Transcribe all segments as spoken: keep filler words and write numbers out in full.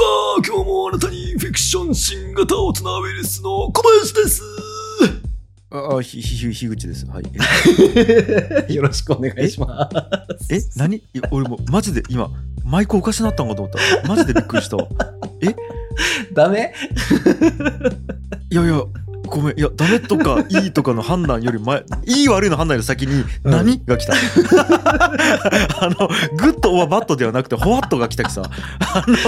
今日もあなたにフィクション新型大人ウイルスの小林です。 ああ、ひ、ひ、ひぐちです。はい。 よろしくお願いします。 え、何？いや俺もマジで今マイクおかしなったんかと思った。マジでびっくりしたわ。え？ ダメ？ いやいや、ごめん。いや、ダメとかいいとかの判断より前、いい悪いの判断より先に何、うん、が来た。あのグッドオアバッドではなくてホワットが来たきさ。あの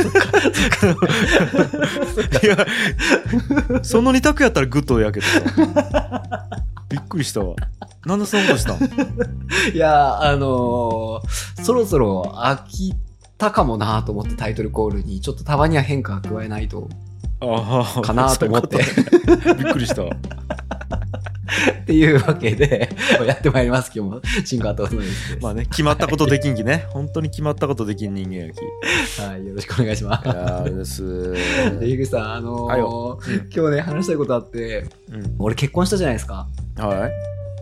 いや、その二択やったらグッドやけどさ。びっくりしたわ。なんでそんなことしたん？ いや、あのー、そろそろ飽きたかもなと思ってタイトルコールにちょっとたまには変化加えないとあかなと思って。 びっくりしたわ。 っていうわけでやってまいります。今日も新型大人です。 まあね、決まったことできんきね。本当に決まったことできん人間やき。 はい、よろしくお願いします。 いやーです。 で、井口さん、あのーうん、今日ね話したいことあって、うん、俺結婚したじゃないですか。 はい。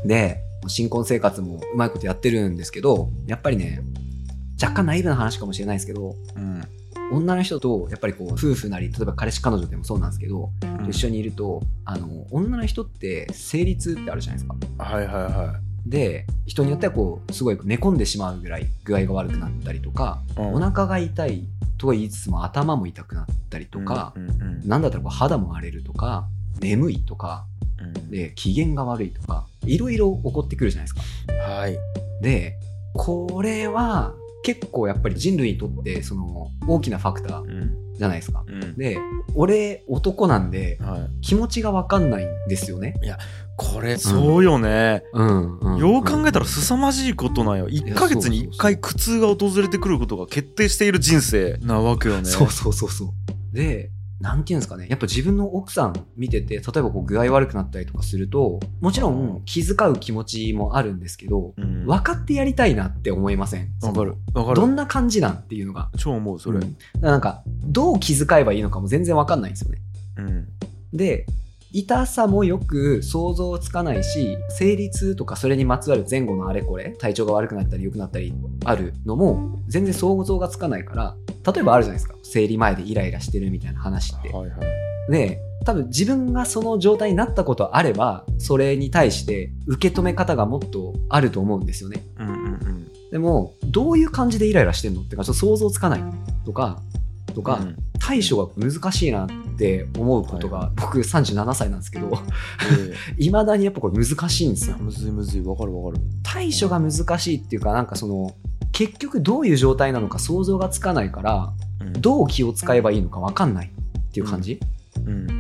で、新婚生活もうまいことやってるんですけど、やっぱりね、若干ナイーブな話かもしれないですけど、うん、女の人とやっぱりこう夫婦なり、例えば彼氏彼女でもそうなんですけど、うん、一緒にいると、あの女の人って生理痛ってあるじゃないですか。 はいはいはい。 で、人によってはこうすごい寝込んでしまうぐらい具合が悪くなったりとか、うん、お腹が痛いとは言いつつも頭も痛くなったりとか、うんうんうん、なんだったらこう肌も荒れるとか、眠いとか、うん、で機嫌が悪いとか、いろいろ起こってくるじゃないですか。 はい。 で、これは結構やっぱり人類にとってその大きなファクターじゃないですか、うん、で、俺男なんで、はい、気持ちが分かんないんですよね。 いや、これそうよね、 うんうんうん、 よう考えたら凄まじいことなんよ。いっかげつにいっかい苦痛が訪れてくることが決定している人生なわけよね。 そうそうそうそう。で、なんていうんですかね、やっぱ自分の奥さん見てて、例えばこう具合悪くなったりとかすると、もちろん気遣う気持ちもあるんですけど、うん、分かってやりたいなって思いません？ わかるわかる。 どんな感じなんっていうのが超思うそれ、うん、 なんかどう気遣えばいいのかも全然分かんないんですよね、うん、で、痛さもよく想像つかないし、生理痛とかそれにまつわる前後のあれこれ、体調が悪くなったり良くなったりあるのも全然想像がつかないから、例えばあるじゃないですか、生理前でイライラしてるみたいな話って、はいはい、で、多分自分がその状態になったことあれば、それに対して受け止め方がもっとあると思うんですよね、うんうんうん、でもどういう感じでイライラしてんのってかちょっと想像つかないとかとか、うん、対処が難しいなって思うことが、はい、僕さんじゅうななさいなんですけど、いまだにやっぱこれ難しいんですよ。 むずいむずい、わかるわかる。 対処が難しいっていうか、なんかその結局どういう状態なのか想像がつかないから、うん、どう気を使えばいいのか分かんないっていう感じ、うんうんうん、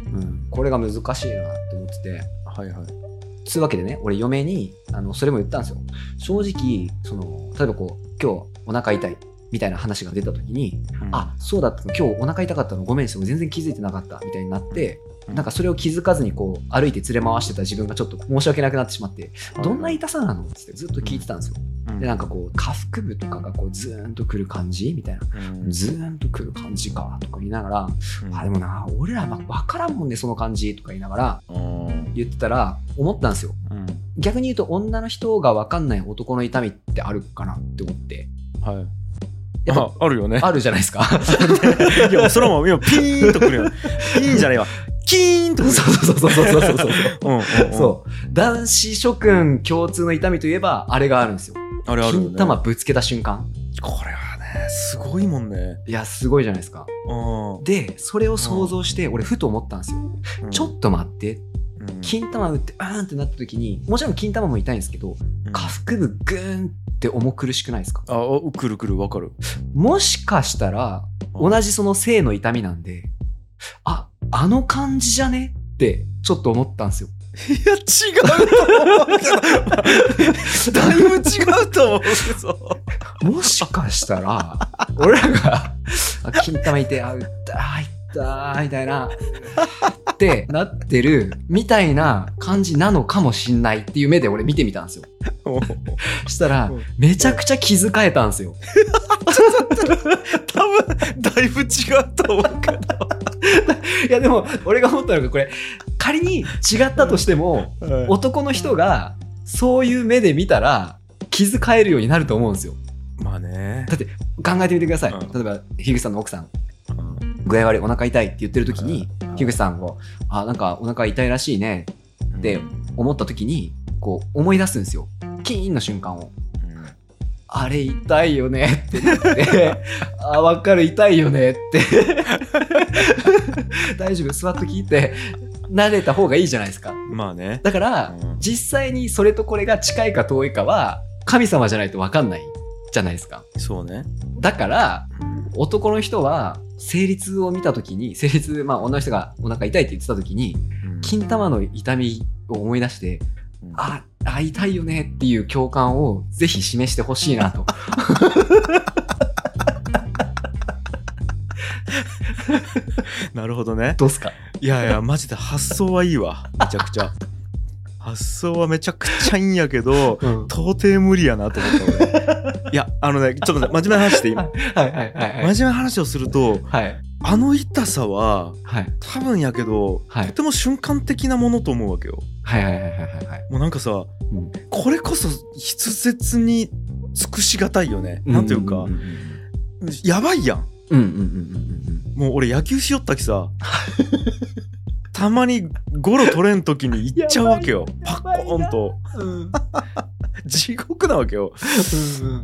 これが難しいなって思ってて、はいはい。つうわけでね、俺嫁にあのそれも言ったんですよ。正直その例えばこう今日お腹痛いみたいな話が出た時に、うん、あ、そうだったの、今日お腹痛かったのごめんしても全然気づいてなかったみたいになって、うん、なんかそれを気づかずにこう歩いて連れ回してた自分がちょっと申し訳なくなってしまって、うん、どんな痛さなのってずっと聞いてたんですよ、うん、で、なんかこう下腹部とかがこうズーンとくる感じみたいな、うん、ズーンとくる感じかとか言いながら、うん、あ、でもな、俺ら分からんもんねその感じとか言いながら言ってたら思ったんですよ、うん、逆に言うと女の人が分かんない男の痛みってあるかなって思って、はい、やっぱ あ, あるよね。あるじゃないですか。 いや、それも今ピーンとくるよ。ピーンじゃないわ。キーンとくる。 そうそうそうそうそうそうそう。うんうんうん、そう。男子諸君共通の痛みといえばあれがあるんですよ。あれあるよね。金玉ぶつけた瞬間。 これはね、すごいもんね。 いや、すごいじゃないですか。うん、で、それを想像して俺ふと思ったんですよ。うん、ちょっと待って。金玉打ってバーンってなった時に、もちろん金玉も痛いんですけど、うん、下腹部グーンって重苦しくないですか？ あ、くるくる、わかる。 もしかしたら同じその性の痛みなんで、あ、あの感じじゃねってちょっと思ったんですよ。 いや、違うと思うけどだいぶ違うと思うけどもしかしたら俺らが金玉痛い、あ、痛い痛いみたいなってなってるみたいな感じなのかもしんないっていう目で俺見てみたんですよ。したらめちゃくちゃ気遣えたんですよ。 多分だいぶ違うと思うけどいやでも俺が思ったのが、これ仮に違ったとしても、うん、男の人がそういう目で見たら気遣えるようになると思うんですよ。 まあね。 だって考えてみてください、うん、例えば樋口さんの奥さん、うん、 具合悪いお腹痛いって言ってる時に樋口さんがあなんかお腹痛いらしいねって思った時にこう思い出すんですよ、キーンの瞬間を。あれ痛いよねって言ってあ分かる痛いよねって大丈夫座っと聞いて慣れた方がいいじゃないですか。 まあね。 だから、 うん、 実際にそれとこれが近いか遠いかは神様じゃないと分かんないじゃないですか。 そうね。 だから男の人は生理痛を見た時に生理痛、まあ女の人がお腹痛いって言ってた時に、うん、金玉の痛みを思い出して、うん、ああ痛いよねっていう共感をぜひ示してほしいなとなるほどね。 どうすか。 いやいやマジで発想はいいわ、めちゃくちゃ発想はめちゃくちゃいいんやけど、うん、到底無理やなと思った俺いやあのねちょっと真面目な話して今はいはいはい、はい、真面目な話をすると、はい、あの痛さは、はい、多分やけど、はい、とても瞬間的なものと思うわけよ。はいはいはいはいはい。もうなんかさ、うん、これこそ筆舌に尽くしがたいよね、うん、なんていうか、うんうんうん、やばいやん、うんうんうんうん、もう俺野球しよったきさたまにゴロ取れん時に行っちゃうわけよ、パッコーンと、うん、地獄なわけようんうんうん、うん、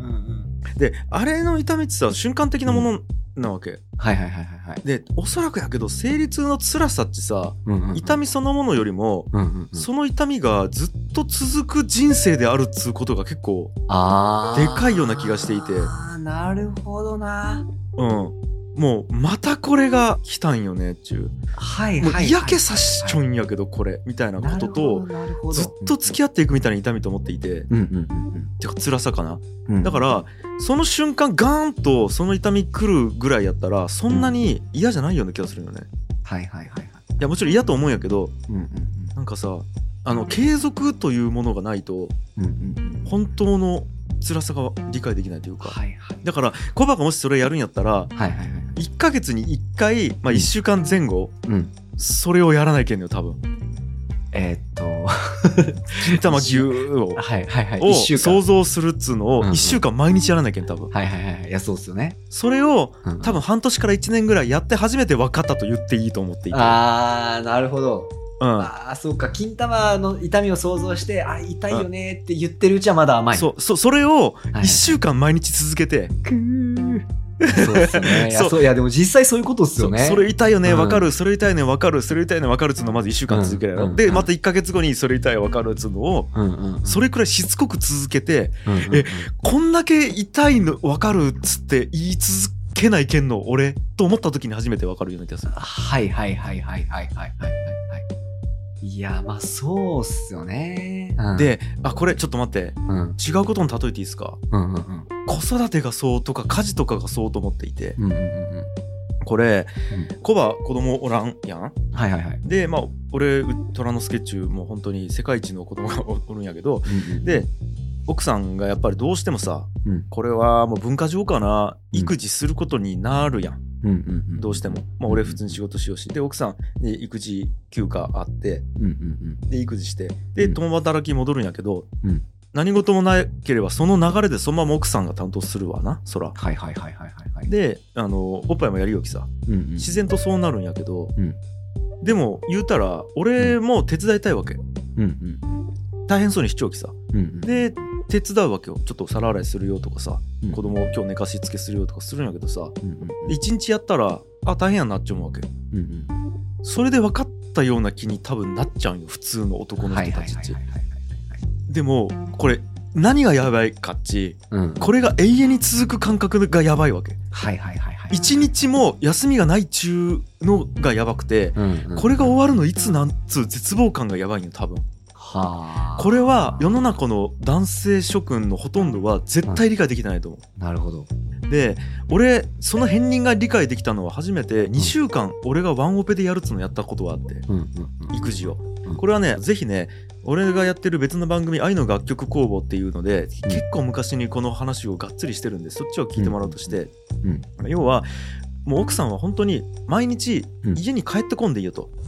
であれの痛みってさ瞬間的なものなわけ、うん、はいはいはいはい。でおそらくやけど生理痛の辛さってさ、うんうんうん、痛みそのものよりも、うんうんうん、その痛みがずっと続く人生であるっつうことが結構でかいような気がしていて。 あーなるほどな。 うんもうまたこれが来たんよねっちゅう、はいはいはい、もう嫌気さしちょんやけどこれ、はい、みたいなこととずっと付き合っていくみたいな痛みと思っていて、うんうんうんうん、てか辛さかな、うん、だからその瞬間ガーンとその痛み来るぐらいやったらそんなに嫌じゃないような気がするよね、うん、はいはいはいはい。いやもちろん嫌と思うんやけど、うんうんうん、なんかさあの継続というものがないと、うんうんうん、本当の辛さが理解できないというか、はいはい、だからコバがもしそれやるんやったら、はいはいはい、いっかげつにいっかい、まあ、いっしゅうかんぜん後、うん、それをやらないけんのよ多分。えー、っと金玉牛を、はいはいはい、を想像するっつうのをいっしゅうかん毎日やらないけん多分、うんうん、はいはいはい。いやそうっすよね。それを、うんうん、多分半年からいちねんぐらいやって初めて分かったと言っていいと思っていて。あーなるほど。うん、ああそうか金玉の痛みを想像してあ痛いよねって言ってるうちはまだ甘い。そうそそれをいっしゅうかん毎日続けて、はいはい、そうですね。いやそういやでも実際そういうことっすよね。 そ, それ痛いよね分かる、うん、それ痛いね分かるそれ痛いね分かるっつうのをまずいっしゅうかん続けるやろ、うん、でまたいっかげつごにそれ痛い分かるっつうのを、うんうんうん、それくらいしつこく続けて、うんうんうん、えこんだけ痛いの分かるっつって言い続けないけんの俺と思った時に初めて分かるような気がする。はいはいはいはいはいはいはいはい。いやまあそうっすよね、うん、であこれちょっと待って、うん、違うことに例えていいですか、うんうんうん、子育てがそうとか家事とかがそうと思っていて、うんうんうん、これ、うん、コバ子供おらんやん、はいはいはい、でまあ俺虎のスケッチュもう本当に世界一の子供がおるんやけど、うんうん、で奥さんがやっぱりどうしてもさ、うん、これはもう文化上かな育児することになるやん、うんうんうん、どうしても、まあ、俺普通に仕事しようしで奥さんに育児休暇あって、うんうんうん、で育児してで共働き戻るんやけど、うん、何事もなければその流れでそのまま奥さんが担当するわなそら。はいはいはいはいはい、であのおっぱいもやりよきさ、うんうん、自然とそうなるんやけど、うん、でも言うたら俺も手伝いたいわけ、うんうん、大変そうにしちゃうきさ、うんうん、で手伝うわけよ。ちょっと皿洗いするよとかさ、うん、子供今日寝かしつけするよとかするんやけどさ、うんうん、いちにちやったらあ大変やなっちゃうわけ、うんうん、それで分かったような気に多分なっちゃうよ普通の男の人たちって。でもこれ何がやばいかっち、うん、これが永遠に続く感覚がやばいわけ。はいはいはいはい。一日も休みがないっちゅうのがやばくて、うんうん、これが終わるのいつなんつう絶望感がやばいよ多分。はあ、これは世の中の男性諸君のほとんどは絶対理解できてないと思う、うん、なるほど。で俺その片鱗が理解できたのは初めてにしゅうかん俺がワンオペでやるっつうのやったことがあって、うんうんうん、育児を、うん、これはねぜひね俺がやってる別の番組愛の楽曲工房っていうので、うん、結構昔にこの話をがっつりしてるんでそっちを聞いてもらうとして、うんうん、要はもう奥さんは本当に毎日家に帰ってこんでいいよと、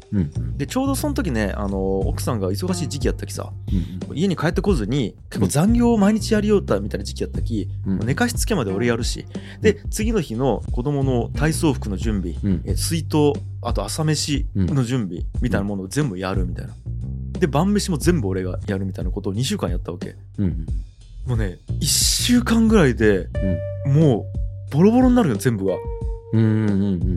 うんうん、 でちょうどその時ね、あの奥さんが忙しい時期やったきさ、 うんうん、 家に帰ってこずに結構残業を毎日やりよったみたいな時期やったき、うん、寝かしつけまで俺やるし、で次の日の子供の体操服の準備、うん、え水筒、あと朝飯の準備みたいなものを全部やるみたいな。で晩飯も全部俺がやるみたいなことをにしゅうかんやったわけ、うん、もうねいっしゅうかんぐらいで、うん、もうボロボロになるよ全部が。うんうんうん、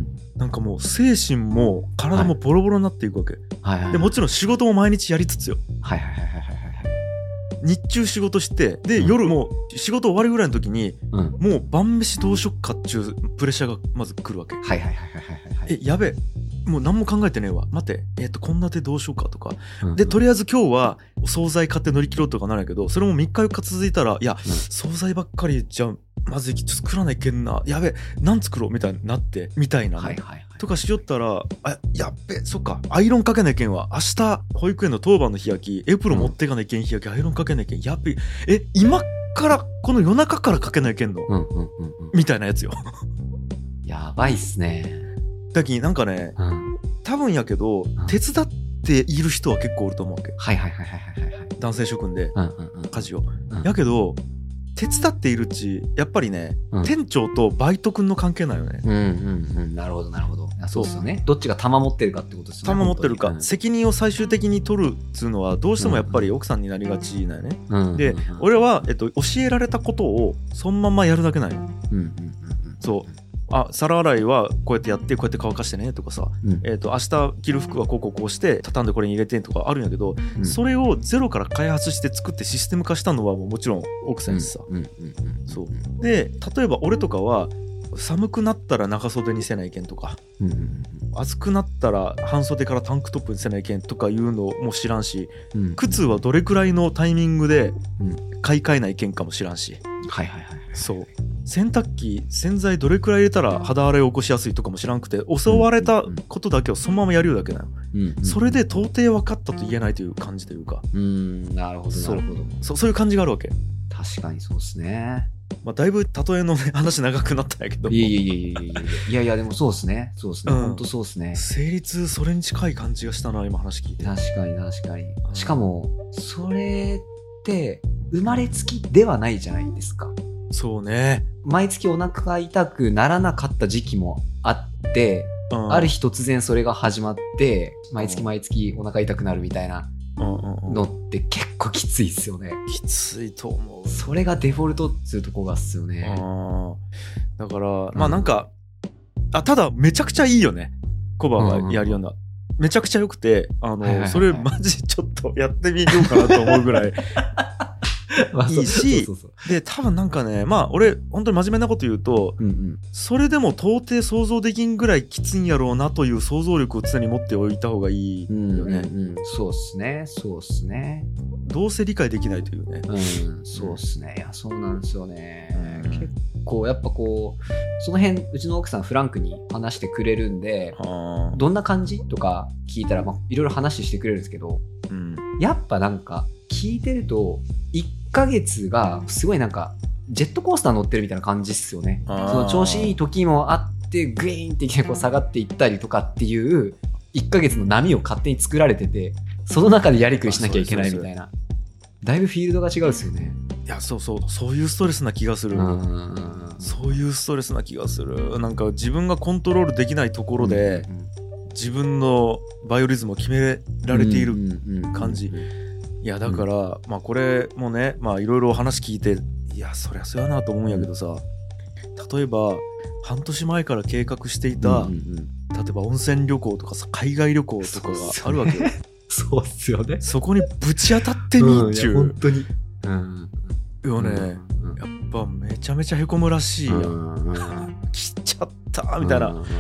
なんかもう精神も体もボロボロになっていくわけ、はい、でもちろん仕事も毎日やりつつよ、はいはいはいはいはい、日中仕事してで、うん、夜も仕事終わりぐらいの時に、うん、もう晩飯どうしよっかっちゅうプレッシャーがまず来るわけ。はいはいはいはいはい、えやべえもう何も考えてねえわ、待ってえっと献立どうしようかとか、うんうん、でとりあえず今日はお惣菜買って乗り切ろうとかなるけど、それもみっかよっか続いたらいや、うん、惣菜ばっかりじゃまずいちょっと作らないけんな、やべえ何作ろうみたいになってみたいな、ねはいはいはい、とかしよったらあやっべそっかアイロンかけないけんは明日保育園の当番の日焼きエプロン持っていかないけん日焼き、うん、アイロンかけないけんやっべえ今からこの夜中からかけないけんの、うんうんうんうん、みたいなやつよやばいっすね。 だきなんかね、うん、多分やけど、うん、手伝っている人は結構おると思うわけ、はいはいはいはいはい、男性諸君で、うんうんうん、家事を、うん、やけど手伝っているうちやっぱりね、うん、店長とバイト君の関係なんよね。うんうんうん、なるほどなるほど。そうですよね。どっちが玉持ってるかってことですよね。玉持ってるか、うん、責任を最終的に取るっつうのはどうしてもやっぱり奥さんになりがちなんよね、うんうん、で、うんうん、俺は、えっと、教えられたことをそのままやるだけなんよ、うんうんうんうん、そうあ皿洗いはこうやってやってこうやって乾かしてねとかさ、うんえー、と明日着る服はこうこうこうして畳んでこれに入れてとかあるんやけど、うん、それをゼロから開発して作ってシステム化したのはもうもちろん奥さんにさ、うんうんうん、そうで例えば俺とかは寒くなったら長袖にせないけんとか、うんうん、暑くなったら半袖からタンクトップにせないけんとかいうのも知らんし、うんうん、靴はどれくらいのタイミングで買い替えないけんかも知らんし、はいはいはい、そう洗濯機洗剤どれくらい入れたら肌荒れを起こしやすいとかも知らんくて教われたことだけをそのままやるだけなの、うんうん、それで到底分かったと言えないという感じというか、うんなるほどなるほど そ, そういう感じがあるわけ。確かにそうですね。まあ、だいぶ例えの、ね、話長くなったんやけどいやいやいやいやいやいやいやでもそうですねそうですね、うん、本当そうですね。成立それに近い感じがしたな今話聞いて。確かに確かに、うん、しかもそれって生まれつきではないじゃないですか。そうね。毎月お腹痛くならなかった時期もあって、うん、ある日突然それが始まって毎月毎月お腹痛くなるみたいなのって結構きついっすよね。きついと思う。それがデフォルトっていうとこがっすよね。あだから、うん、まあなんかあただめちゃくちゃいいよねコバがやるような、うん、めちゃくちゃ良くてあの、はいはいはい、それマジちょっとやってみようかなと思うぐらいいいしそうそうそうそうで多分なんかねまあ俺本当に真面目なこと言うと、うんうん、それでも到底想像できんぐらいきついんやろうなという想像力を常に持っておいた方がいいよね、うんうんうん、そうっすねそうっすね。どうせ理解できないというね、うん、そうっすね。いやそうなんですよね、うん、結構やっぱこうその辺うちの奥さんフランクに話してくれるんでどんな感じとか聞いたらまあいろいろ話してくれるんですけど、うん、やっぱなんか聞いてるといっかげつがすごいなんかジェットコースター乗ってるみたいな感じっすよね。その調子いい時もあってグイーンってこう下がっていったりとかっていういっかげつの波を勝手に作られててその中でやりくりしなきゃいけないみたいな。だいぶフィールドが違うっすよね。いやそうそうそういうストレスな気がする。うんそういうストレスな気がする。なんか自分がコントロールできないところで、うんうん、自分のバイオリズムを決められている感じ。いやだから、うん、まあこれもねまあいろいろ話聞いていやそりゃそうやなと思うんやけどさ、例えば半年前から計画していた、うんうんうん、例えば温泉旅行とかさ海外旅行とかがあるわけよ。そうっすよね。そこにぶち当たってみっちゅう、うん、本当に、うん、よね、うん、やっぱめちゃめちゃへこむらしいやん、うん、来ちゃったみたいな、うん、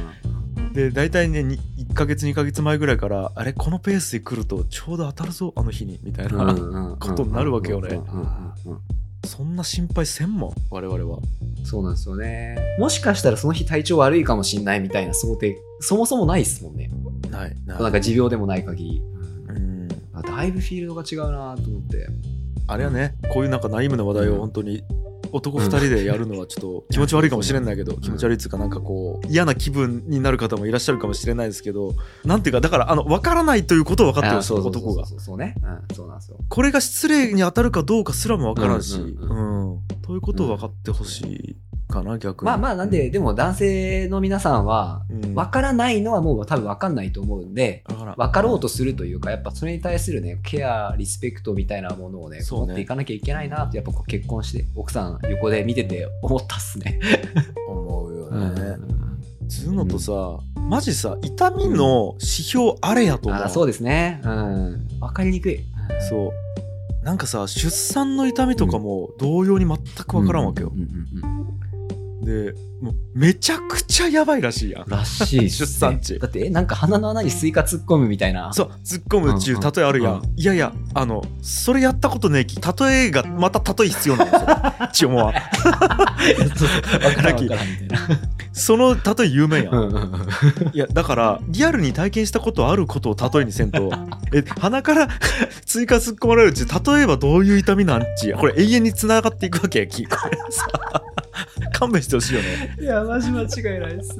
で大体ねいっかげつにかげつまえぐらいからあれこのペースで来るとちょうど当たるぞあの日にみたいなことになるわけよね。そんな心配せんもん我々は。そうなんですよね。もしかしたらその日体調悪いかもしんないみたいな想定そもそもないっすもんね。ないないなんか持病でもない限り、うん、だいぶフィールドが違うなと思って。あれはねこういうなんかナイーブな話題を本当に男ふたりでやるのはちょっと気持ち悪いかもしれないけど、気持ち悪いっていうかなんかこう嫌な気分になる方もいらっしゃるかもしれないですけど、なんていうかだからあの分からないということを分かってほしい、男が。 そうそうね、うん、そうなんですよ。 これが失礼に当たるかどうかすらも分からんし、 うんうんうんうん、ということを分かってほしいかな、逆に。 まあまあなんで、 うん、 でも男性の皆さんは分からないのはもう多分分かんないと思うんで、うん、分かろうとするというか、やっぱそれに対するねケアリスペクトみたいなものをね持っていかなきゃいけないなと、やっぱこう結婚して奥さん横で見てて思ったっすね。 思うよね。 うん、 つうのとさ、うん、マジさ痛みの指標あれやと思う。 あ、そうですね、うん、分かりにくい。 そうなんかさ出産の痛みとかも同様に全く分からんわけよ。でもうめちゃくちゃやばいらしいやん。 らしい、ね、 出産地。 だってえなんか鼻の穴にスイカ突っ込むみたいな。 そう突っ込むっちゅう例えあるやん、うんうん、いやいやあのそれやったことねえき例えがまた例え必要なんですよちおもは分からん分からんみたいなその例え有名やん、 うんうんうん、 いやだからリアルに体験したことあることを例えにせんとえ鼻から追加突っ込まれるうち例えばどういう痛みなんちこれ永遠に繋がっていくわけやきこれさ勘弁してほしいよね。 いやマジ間違いないっす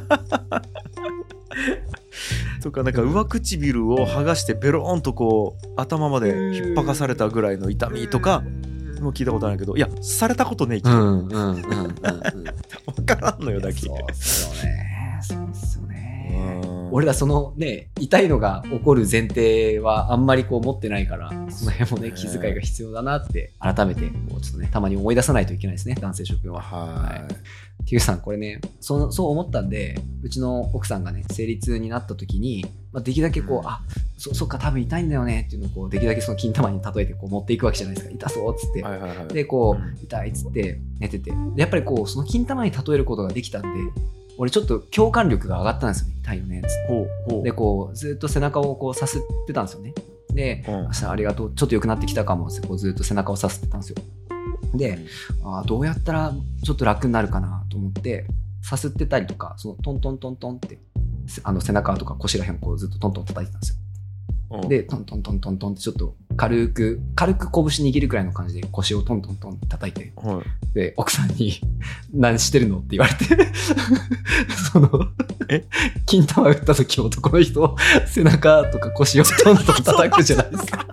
とかなんか上唇を剥がしてベローンとこう頭まで引っ張かされたぐらいの痛みとかも聞いたことないけど、いやされたことねえけど、うんうんうんうん、分からんのよだけ。そうっすよね、 そうっすよね。俺らそのね痛いのが起こる前提はあんまりこう持ってないから、その辺もね気遣いが必要だなって改めてこうちょっとねたまに思い出さないといけないですね、男性諸君は。はい。T さんこれねそそう思ったんで、うちの奥さんがね生理痛になった時に、まあ、できるだけこう、うん、あ そ, そっか多分痛いんだよねっていうのをこうできるだけその金玉に例えてこう持っていくわけじゃないですか。痛そうっつって、はいはいはい、でこう、うん、痛いっつって寝てて、でやっぱりこうその金玉に例えることができたんで、俺ちょっと共感力が上がったんですよね。痛いよねっつってほうほうでこうずっと背中をこうさすってたんですよね。で、うん、明日ありがとうちょっと良くなってきたかもってこうずっと背中をさすってたんですよ。で、あどうやったらちょっと楽になるかなと思ってさすってたりとか、そのトントントントンってあの背中とか腰らへんをこうずっとトントン叩いてたんですよ。うん、でトントントントントンってちょっと軽く軽く拳握るくらいの感じで腰をトントントンって叩いて、はい、で奥さんに何してるのって言われてそのえ金玉打った時男の人背中とか腰をトントン叩くじゃないですか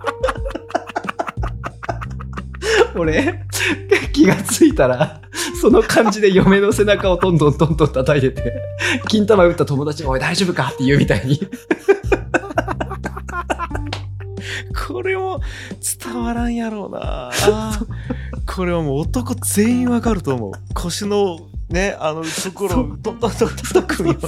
俺気がついたらその感じで嫁の背中をトントントントン叩いてて、金玉打った友達がおい大丈夫かって言うみたいにこれも伝わらんやろうなこれはもう男全員わかると思う。腰のねあのところをトントントン叩くよね。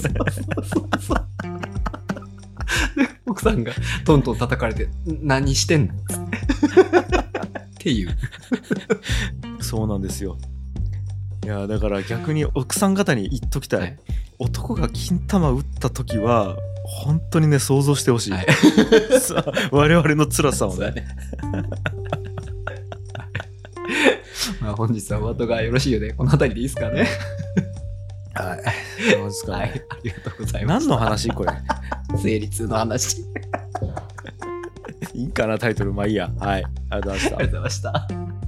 で奥さんがトントン叩かれて何してんのっていうそうなんですよ。いやだから逆に奥さん方に言っときたい、はい、男が金玉打った時は本当にね想像してほしい、はい、我々の辛さをねまあ本日はお後がよろしいよね。この辺りでいいですかね。 はいそうですかね、はい、 ありがとうございます。 何の話これ生理痛の話いいかなタイトル。まあいいや。はいありがとうございました。 ありがとうございました。